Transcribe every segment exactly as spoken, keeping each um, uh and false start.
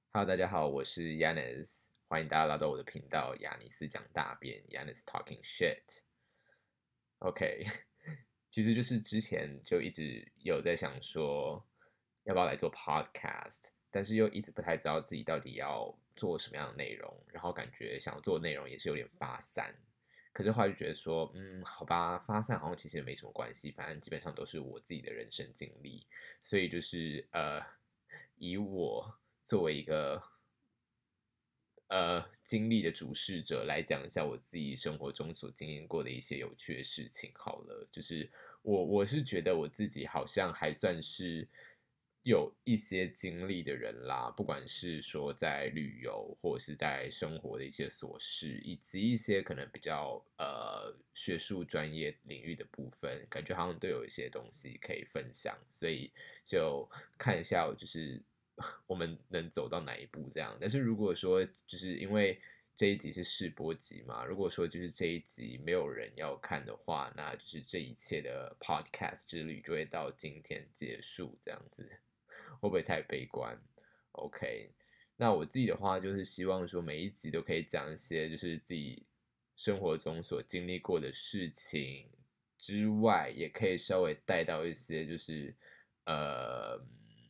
Hello，大家好，我是 Yanis，欢迎大家来到我的频道雅尼斯讲大便，Yanis Talking Shit。OK，其实就是之前就一直有在想说，要不要来做 Podcast，但是又一直不太知道自己到底要做什么样的内容，然后感觉想要做的内容也是有点发散。可是后来就觉得说，嗯，好吧，发散好像其实也没什么关系，反正基本上都是我自己的人生经历，所以就是呃，以我作为一个呃经历的主事者来讲一下我自己生活中所经历过的一些有趣的事情好了。就是我我是觉得我自己好像还算是有一些经历的人啦，不管是说在旅游或者是在生活的一些琐事，以及一些可能比较呃学术专业领域的部分，感觉好像都有一些东西可以分享，所以就看一下就是我们能走到哪一步这样。但是如果说就是因为这一集是试播集嘛，如果说就是这一集没有人要看的话，那就是这一切的 podcast 之旅就会到今天结束这样子，会不会太悲观？OK，那我自己的话就是希望说每一集都可以讲一些就是自己生活中所经历过的事情之外，也可以稍微带到一些就是呃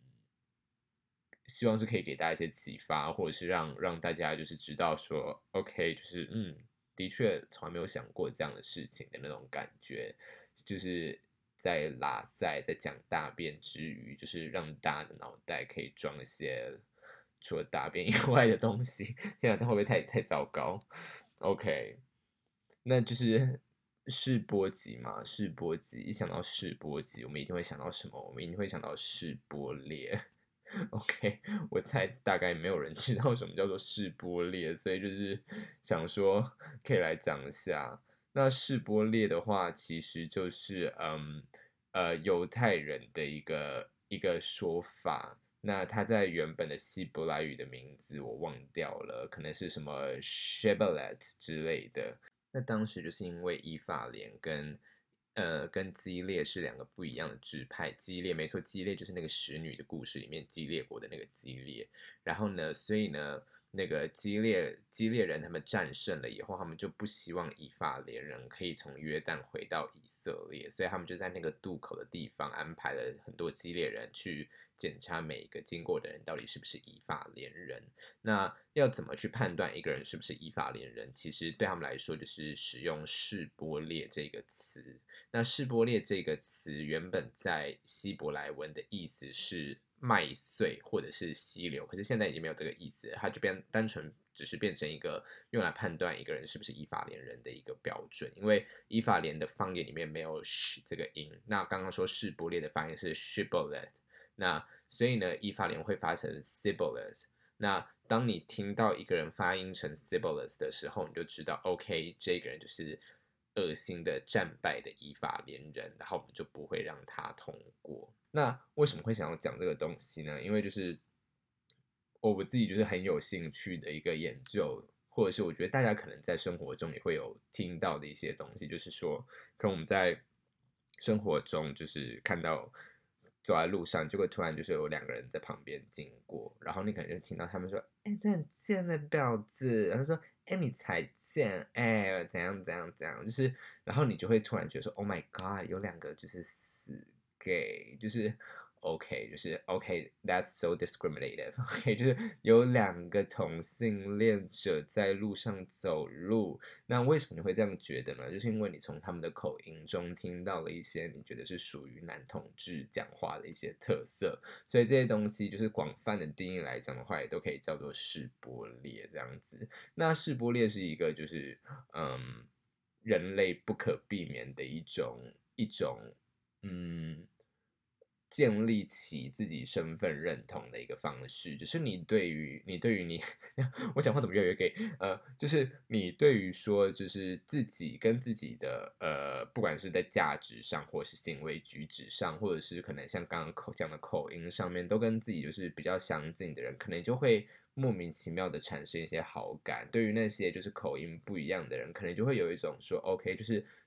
希望是可以给大家一些启发，或者是让让大家就是知道说，OK，就是嗯，的确从来没有想过这样的事情的那种感觉，就是在拉塞在讲大便之余，就是让大家的脑袋可以装一些除了大便以外的东西。天啊，这会不会太太糟糕？OK，那就是试播集嘛，试播集，一想到试播集，我们一定会想到什么？我们一定会想到试播列。OK，我猜大概没有人知道什么叫做试播列，所以就是想说可以来讲一下。那试播列的话，其实就是嗯呃犹太人的一个一个说法。那他在原本的希伯来语的名字我忘掉了，可能是什么 Shibboleth 之类的。那当时就是因为以法莲跟呃跟基列是两个不一样的支派，基列没错，基列就是那个使女的故事里面基列国的那个基列。然后呢，所以呢，那个基列基列人他们战胜了以后，他们就不希望以法莲人可以从约旦回到以色列，所以他们就在那个渡口的地方安排了很多基列人去检查每一个经过的人到底是不是以法莲人。那要怎么去判断一个人是不是以法莲人？其实对他们来说，就是使用示波列这个词。那示波列这个词原本在希伯来文的意思是麦穗或者是溪流，可是现在已经没有这个意思了，它就变单纯只是变成一个用来判断一个人是不是以法莲人的一个标准。因为以法莲的方言里面没有 sh 这个音，那刚刚说示波列的发音是 shibboleth，那所以呢，以法莲会发成 sibboleth。那当你听到一个人发音成 Sibboleth 的时候，你就知道 OK，这个人就是恶心的战败的以法连人，然后我们就不会让他通过。那为什么会想要讲这个东西呢？因为就是我我自己就是很有兴趣的一个研究，或者是我觉得大家可能在生活中也会有听到的一些东西，就是说，可能我们在生活中就是看到走在路上，就会突然就是有两个人在旁边经过，然后你可能就听到他们说：“哎、欸这很贱的婊子。”然后说：“哎、欸你才贱，哎、欸怎样怎样怎样。”就是，然后你就会突然觉得说：“Oh my god，有两个就是死 gay，就是 OK，就是 OK，that's so discriminative，OK，就是有两个同性恋者在路上走路。那为什么你会这样觉得呢？就是因为你从他们的口音中听到了一些你觉得是属于男同志讲话的一些特色，所以这些东西就是广泛的定义来讲的话，也都可以叫做视播列这样子。那视播列是一个就是嗯人类不可避免的一种一种嗯。建立起自己身份认同的一个方式，就是你对于你对于你，我讲话怎么越来越 gay？呃，就是你对于说，就是自己跟自己的呃，不管是在价值上，或是行为举止上，或者是可能像刚刚口讲的口音上面，都跟自己就是比较相近的人，可能就会莫名其妙的产生一些好感。对于那些就是口音不一样的人，可能就会有一种说，OK，就是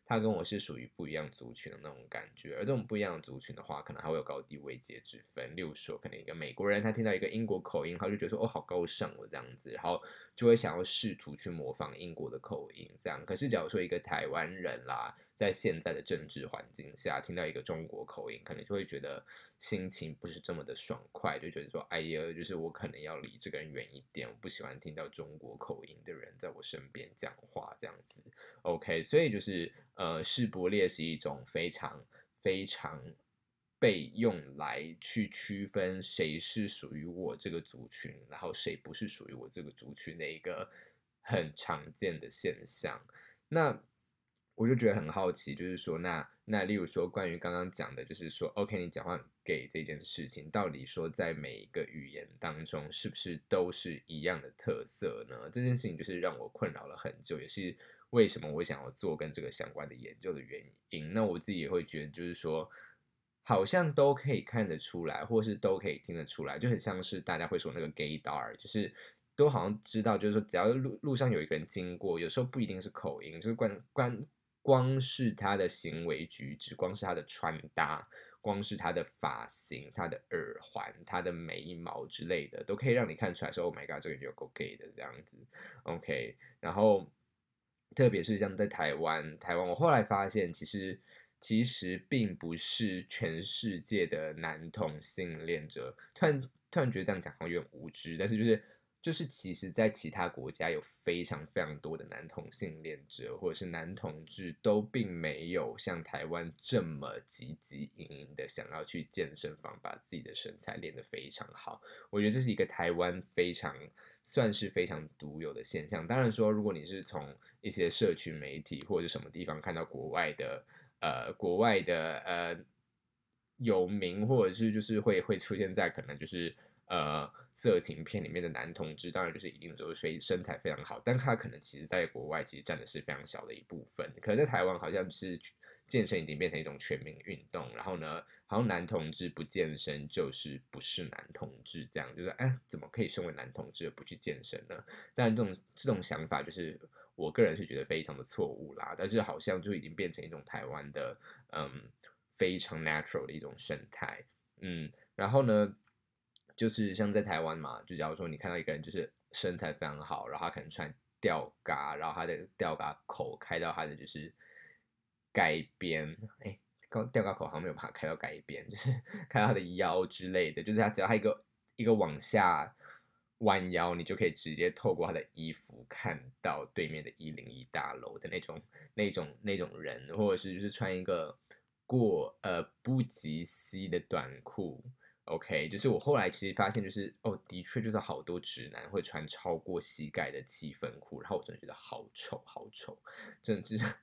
他跟我是属于不一样族群的那种感觉。而这种不一样的族群的话，可能还会有高低位阶之分。例如说，可能一个美国人他听到一个英国口音，他就觉得说哦好高尚哦这样子，然后就会想要试图去模仿英国的口音这样。可是假如说一个台湾人啦，在现在的政治环境下，听到一个中国口音，可能就会觉得心情不是这么的爽快，就觉得说，哎呀，就是我可能要离这个人远一点，我不喜欢听到中国口音的人在我身边讲话这样子。OK，所以就是呃，视伯列是一种非常非常被用来去区分谁是属于我这个族群，然后谁不是属于我这个族群的一个很常见的现象。那我就觉得很好奇，就是说，那那例如说，关于刚刚讲的，就是说，OK，你讲话很 gay 这件事情，到底说在每一个语言当中，是不是都是一样的特色呢？这件事情就是让我困扰了很久，也是为什么我想要做跟这个相关的研究的原因。那我自己也会觉得，就是说，好像都可以看得出来，或是都可以听得出来，就很像是大家会说那个 gaydar，就是都好像知道，就是说只要路路上有一个人经过，有时候不一定是口音，就是关关光是他的行为举止，光是他的穿搭，光是他的发型、他的耳环、他的眉毛之类的，都可以让你看出来说，Oh my god，这个人有够 gay 的这样子。OK，然后特别是像在台湾，台湾我后来发现，其实其实并不是全世界的男同性恋者，突然突然觉得这样讲好像有点无知，但是就是就是其实在其他国家有非常非常多的男同性恋者或者是男同志，都并没有像台湾这么汲汲营营的想要去健身房把自己的身材练得非常好。我觉得这是一个台湾非常算是非常独有的现象。当然说，如果你是从一些社群媒体或者什么地方看到国外的呃国外的呃有名，或者是就是会会出现在可能就是呃色情片里面的男同志，当然就是一定都是身材非常好，但他可能其实在国外其实占的是非常小的一部分。可是在台湾好像是健身已经变成一种全民运动，然后呢，好像男同志不健身就是不是男同志，这样就是哎，怎么可以身为男同志而不去健身呢？但这种这种想法就是我个人是觉得非常的错误啦，但是好像就已经变成一种台湾的嗯非常 natural 的一种生态。嗯，然后呢，就是像在台湾嘛，就假如说你看到一个人就是身材非常好，然后他可能穿吊嘎，然后他的吊嘎口开到他的就是该边，哎，吊嘎口好像没有把它开到该边，就是开到他的腰之类的，就是他只要他一个一个往下弯腰，你就可以直接透过他的衣服看到对面的一零一大楼的那种、那种、那种人，或者是就是穿一个过呃不及膝的短裤。OK，就是我后来其实发现，就是哦，的确就是好多直男会穿超过膝盖的七分裤，然后我真的觉得好丑，好丑，真的是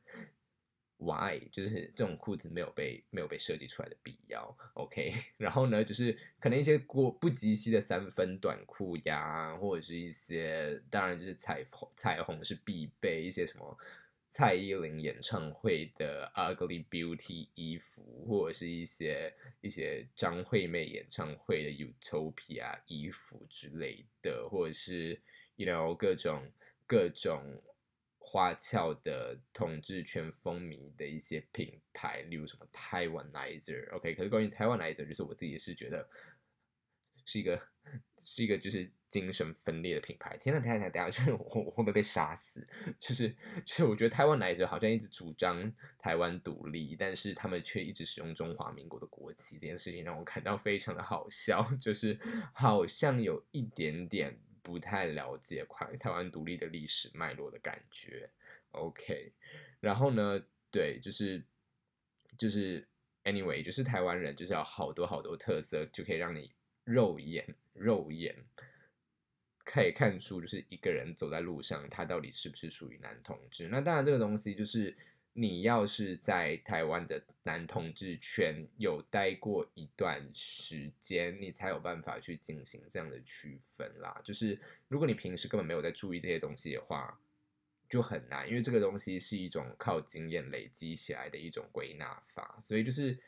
why，就是这种裤子没有被没有被设计出来的必要。OK，然后呢，就是可能一些过不及膝的三分短裤呀，或者是一些当然就是彩虹彩虹是必备，一些什么蔡依林演唱会的 Ugly Beauty 衣服，或者是一些一些张惠妹演唱会的 Utopia 衣服之类的，或者是 you know 各种各种花俏的统治圈风靡的一些品牌，例如什么 Taiwanizer，OK，、okay, 可是关于 Taiwanizer，就是我自己是觉得是一个是一个就是精神分裂的品牌。天呐，天呐，等下就是我我会不会被杀死？就是就是我觉得台湾来者好像一直主张台湾独立，但是他们却一直使用中华民国的国旗，这件事情让我感到非常的好笑，就是好像有一点点不太了解关于台湾独立的历史脉络的感觉。OK，然后呢，对，就是就是 anyway，就是台湾人就是要好多好多特色，就可以让你肉眼肉眼可以看出，就是一个人走在路上，他到底是不是属于男同志。那当然，这个东西就是你要是在台湾的男同志圈有待过一段时间，你才有办法去进行这样的区分啦。就是如果你平时根本没有在注意这些东西的话，就很难，因为这个东西是一种靠经验累积起来的一种归纳法，所以就是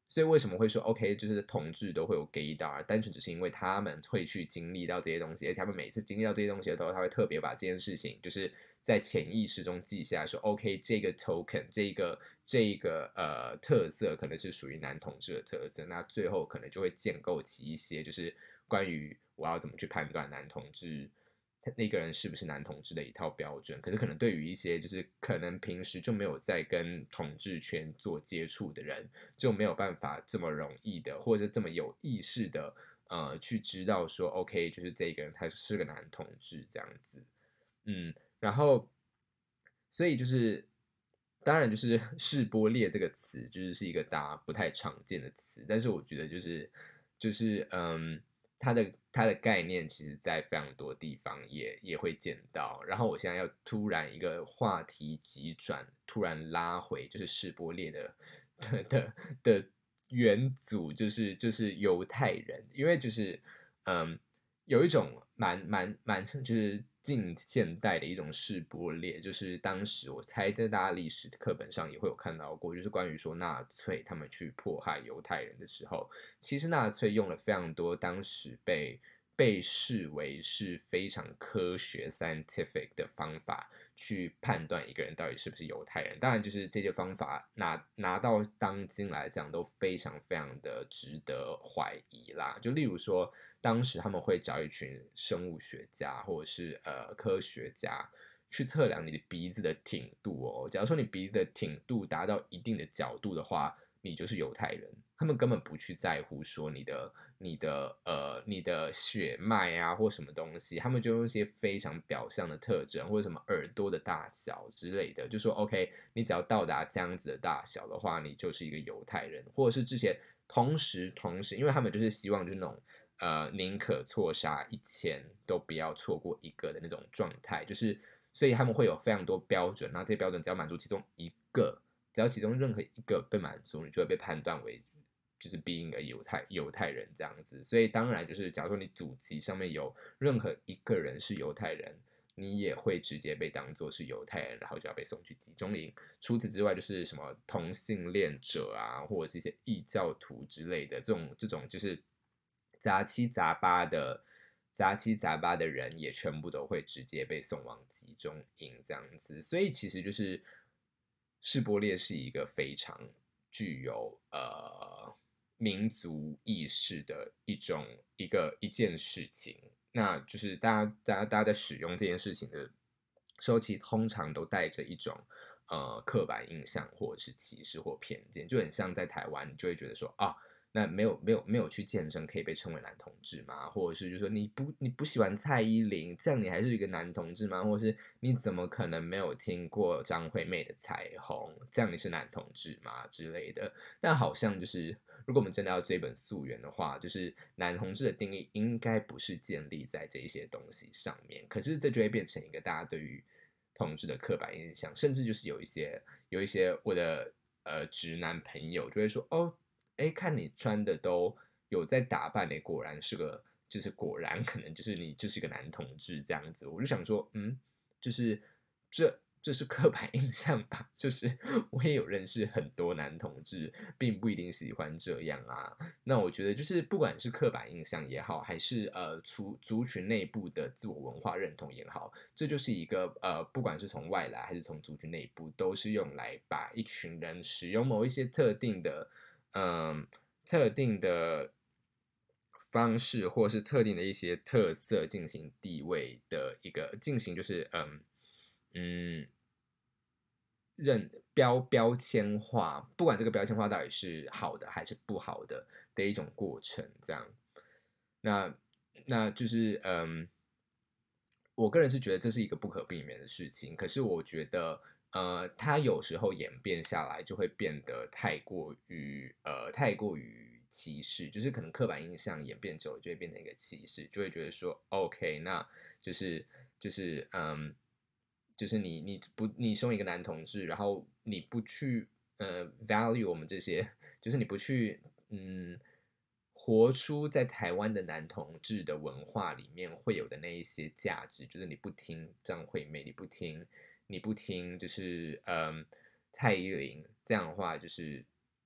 所以为什么会说 OK，就是同志都会有 gaydar，单纯只是因为他们会去经历到这些东西，而且他们每次经历到这些东西的时候，他会特别把这件事情就是在潜意识中记下来说 OK， 这个 token， 这个这个呃特色可能是属于男同志的特色，那最后可能就会建构起一些就是关于我要怎么去判断男同志。那个人是不是男同志的一套标准，可是可能对于一些就是可能平时就没有在跟同志圈做接触的人，就没有办法这么容易的，或者这么有意识的，呃，去知道说，OK，就是这个人他是个男同志这样子，嗯，然后，所以就是，当然就是“世波列”这个词，就是是一个大家不太常见的词，但是我觉得就是就是嗯，它的它的概念，其实在非常多地方也也会见到。然后我现在要突然一个话题急转，突然拉回，就是世波列的的的的元祖，就是就是犹太人，因为就是嗯。有一种蛮蛮蛮就是近现代的一种世波列，就是当时我猜在大家历史课本上也会有看到过，就是关于说纳粹他们去迫害犹太人的时候，其实纳粹用了非常多当时被被视为是非常科学 scientific 的方法去判断一个人到底是不是犹太人。当然，就是这些方法拿拿到当今来讲都非常非常的值得怀疑啦。就例如说，当时他们会找一群生物学家或者是呃科学家去测量你的鼻子的挺度哦。假如说你鼻子的挺度达到一定的角度的话，你就是犹太人。他们根本不去在乎说你的、你的、呃、你的血脉啊或什么东西，他们就用一些非常表象的特征，或者什么耳朵的大小之类的，就说 OK，你只要到达这样子的大小的话，你就是一个犹太人，或者是之前同时同时，因为他们就是希望就是那种。呃，宁可错杀一千，都不要错过一个的那种状态，就是所以他们会有非常多标准，那这些标准只要满足其中一个，只要其中任何一个被满足，你就会被判断为就是 being a 犹太犹太人这样子。所以当然就是，假如说你祖籍上面有任何一个人是犹太人，你也会直接被当作是犹太人，然后就要被送去集中营。除此之外，就是什么同性恋者啊，或者是一些异教徒之类的这种这种就是。杂七杂八的杂七杂八的人也全部都会直接被送往集中营这样子，所以其实就是世波列是一个非常具有呃民族意识的一种一个一件事情，那就是大家大家大家在使用这件事情的时候，其实通常都带着一种呃刻板印象或者是歧视或偏见，就很像在台湾，你就会觉得说啊。那没有没有没有去健身可以被称为男同志吗？或者是就说你不你不喜欢蔡依林，这样你还是一个男同志吗？或者是你怎么可能没有听过张惠妹的彩虹，这样你是男同志吗之类的？但好像就是如果我们真的要追本溯源的话，就是男同志的定义应该不是建立在这些东西上面，可是这就会变成一个大家对于同志的刻板印象，甚至就是有一些有一些我的呃直男朋友就会说哦。哎，看你穿的都有在打扮你果然是个，就是果然可能就是你就是个男同志这样子。我就想说，嗯，就是这这是刻板印象吧？就是我也有认识很多男同志，并不一定喜欢这样啊。那我觉得就是不管是刻板印象也好，还是呃族族群内部的自我文化认同也好，这就是一个呃不管是从外来还是从族群内部，都是用来把一群人使用某一些特定的。嗯，特定的方式，或是特定的一些特色进行地位的一个进行，就是嗯嗯认标标签化，不管这个标签化到底是好的还是不好的的一种过程，这样。那那就是嗯，我个人是觉得这是一个不可避免的事情，可是我觉得，呃，它有时候演变下来就会变得太过于，呃，太过于歧视，就是可能刻板印象演变久了就会变成一个歧视，就会觉得说，OK，那就是就是嗯，就是你你不你身为一个男同志，然后你不去呃 value 我们这些，就是你不去嗯。活出在台湾的男同志的文化里面会有的那一些价值，就是你不听张惠妹，你不听，你不听，就是嗯蔡依林这样的话，就是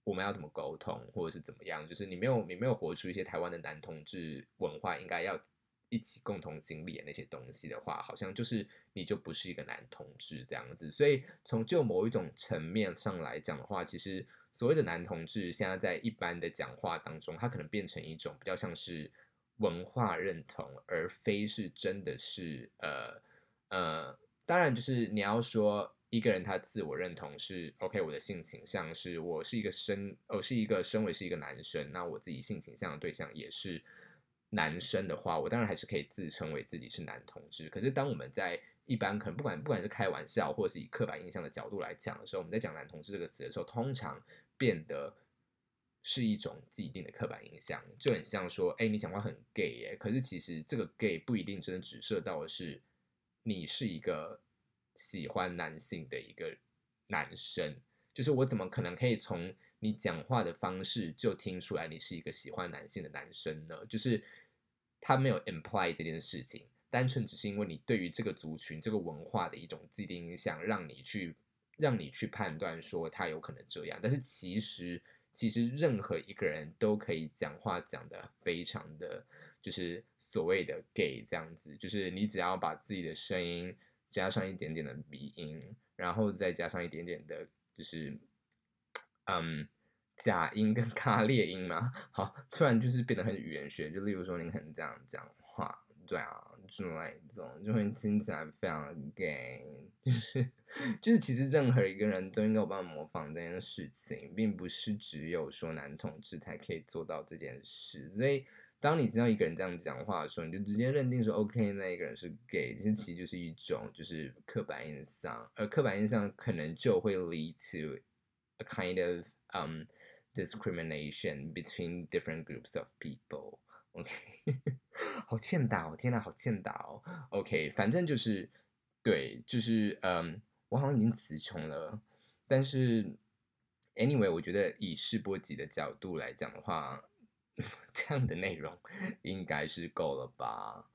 我们要怎么沟通，或者是怎么样，就是你没有你没有活出一些台湾的男同志文化应该要一起共同经历的那些东西的话，好像就是你就不是一个男同志这样子。所以从就某一种层面上来讲的话，其实所谓的男同志现在在一般的讲话当中，它可能变成一种比较像是文化认同，而非是真的是呃呃，当然就是你要说一个人他自我认同是 OK，我的性倾向是我是一个身，我、哦、是一个身为是一个男生，那我自己性倾向的对象也是男生的话，我当然还是可以自称为自己是男同志。可是当我们在一般可能不管不管是开玩笑，或是以刻板印象的角度来讲的时候，我们在讲男同志这个词的时候，通常变得是一种既定的刻板印象，就很像说，哎，你讲话很 gay 耶，可是其实这个 gay 不一定真的指涉到的是你是一个喜欢男性的一个男生，就是我怎么可能可以从你讲话的方式就听出来你是一个喜欢男性的男生呢？就是他没有 imply 这件事情，单纯只是因为你对于这个族群、这个文化的一种既定印象，让你去让你去判断说他有可能这样。但是其实，其实任何一个人都可以讲话讲得非常的，就是所谓的 gay 这样子，就是你只要把自己的声音加上一点点的鼻音，然后再加上一点点的，就是嗯。假音跟卡列音嘛，好，突然就是变得很语言学，就例如说你可能这样讲话，对啊，之类这种就会听起来非常 gay，就是就是其实任何一个人都应该有办法模仿这件事情，并不是只有说男同志才可以做到这件事，所以当你听到一个人这样讲话的时候，你就直接认定说 OK，那一个人是 gay，这其实就是一种就是刻板印象，而刻板印象可能就会 lead to a kind of um discrimination between different groups of people. OK，好欠打哦！天哪，好欠打哦。OK，反正就是对，就是嗯，我好像已经词穷了，但是 anyway，我觉得以世波集的角度来讲的话，这样的内容应该是够了吧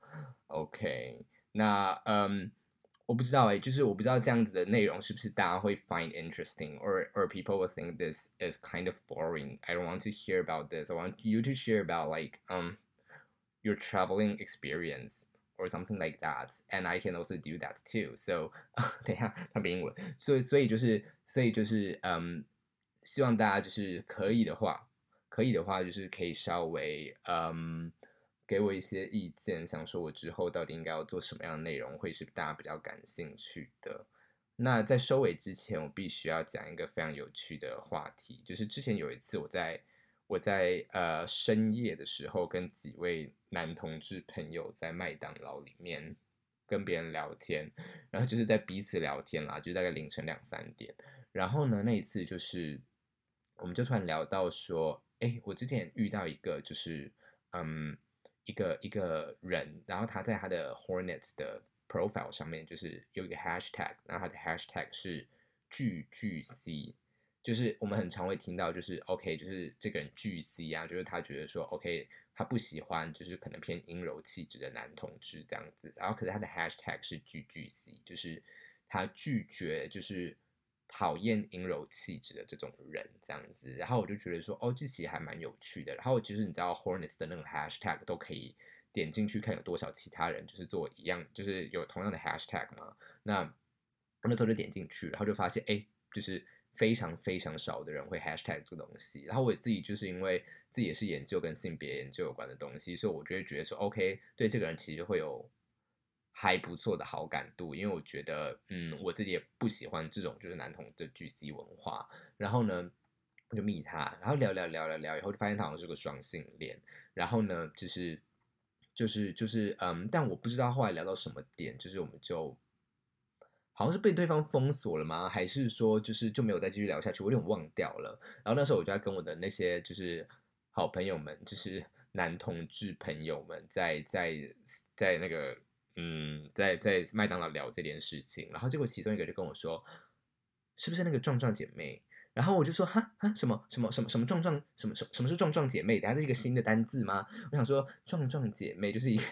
？OK，那嗯。我不知道哎、欸，就是我不知道这样子的内容是不是大家会 find interesting, or or people will think this is kind of boring. I don't want to hear about this. I want you to share about like um your traveling experience or something like that, and I can also do that too. So 等一下，它变英文，所以所以就是所以就是嗯，希望大家就是可以的话，可以的话就是可以稍微嗯。给我一些意见，想说我之后到底应该要做什么样的内容，会是大家比较感兴趣的。那在收尾之前，我必须要讲一个非常有趣的话题，就是之前有一次我在我在呃深夜的时候，跟几位男同志朋友在麦当劳里面跟别人聊天，然后就是在彼此聊天啦，就大概凌晨两三点。然后呢，那一次就是我们就突然聊到说，哎，我之前遇到一个就是嗯。一个一个人，然后他在他的 Hornets 的 profile 上面就是有一个 hashtag，然后他的 hashtag 是巨巨 C，就是我们很常会听到就是 OK，就是这个人巨 C 啊，就是他觉得说 OK，他不喜欢就是可能偏阴柔气质的男同志这样子，然后可是他的 hashtag 是巨巨 C，就是他拒绝就是讨厌阴柔气质的这种人这样子，然后我就觉得说，哦，这其实还蛮有趣的。然后其实你知道 Hornets 的那个 hashtag 都可以点进去看有多少其他人就是做一样，就是有同样的 hashtag 嘛。那我那时候就点进去，然后就发现，哎，就是非常非常少的人会 hashtag 这个东西。然后我自己就是因为自己也是研究跟性别研究有关的东西，所以我就会觉得说，OK，对这个人其实会有还不错的好感度，因为我觉得，嗯，我自己也不喜欢这种就是男同的 G C 文化。然后呢，我就密他，然后聊聊聊聊聊，以后就发现他好像是个双性恋。然后呢，就是就是就是嗯，但我不知道后来聊到什么点，就是我们就好像是被对方封锁了吗？还是说就是就没有再继续聊下去？我有点忘掉了。然后那时候我就在跟我的那些就是好朋友们，就是男同志朋友们在，在在那个嗯，在在麦当劳聊这件事情。然后结果其中一个就跟我说，是不是那个壮壮姐妹？然后我就说哈哈什么什么什么什么壮壮什么什么什么是壮壮姐妹？等下这是一个新的单字吗？我想说壮壮姐妹就是一个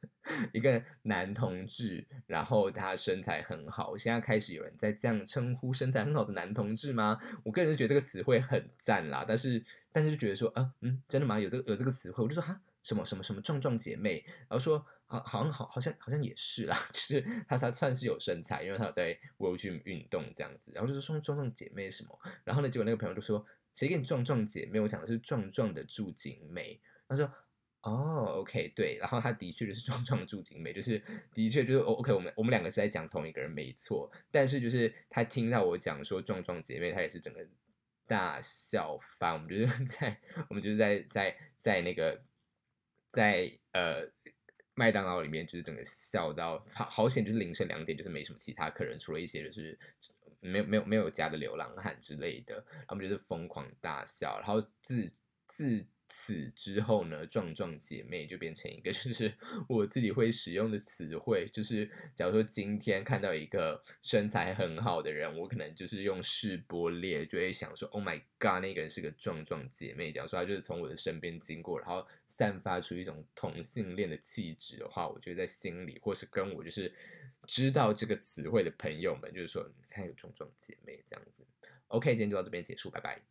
一个男同志，然后他身材很好，现在开始有人在这样称呼身材很好的男同志吗？我个人是觉得这个词汇很赞啦，但是但是就觉得说，啊，嗯，真的吗？有这个有这个词汇，我就说哈，什么什么什么壮壮姐妹，然后说好好像好好像好像也是啦，就是他他算是有身材，因为他有在 World Gym 运动这样子，然后就是说壮壮姐妹什么，然后呢，结果那个朋友就说谁给你壮壮姐妹？我讲的是壮壮的祝景妹，他说。哦，OK，对，然后他的确就是壮壮祝景美，就是的确就是 OK，我们我们两个是在讲同一个人没错，但是就是他听到我讲说壮壮姐妹，他也是整个大笑翻，我们就是在我们就是在在在那个在呃麦当劳里面，就是整个笑到好好险，就是凌晨两点，就是没什么其他客人，除了一些就是没有没有没有家的流浪汉之类的，他们就是疯狂大笑，然后自自此之后呢，壮壮姐妹就变成一个就是我自己会使用的词汇，就是假如说今天看到一个身材很好的人，我可能就是用视波列就会想说，Oh my god，那个人是个壮壮姐妹。假如说他就是从我的身边经过，然后散发出一种同性恋的气质的话，我觉得在心里或是跟我就是知道这个词汇的朋友们，就是说，你看有壮壮姐妹这样子。OK，今天就到这边结束，拜拜。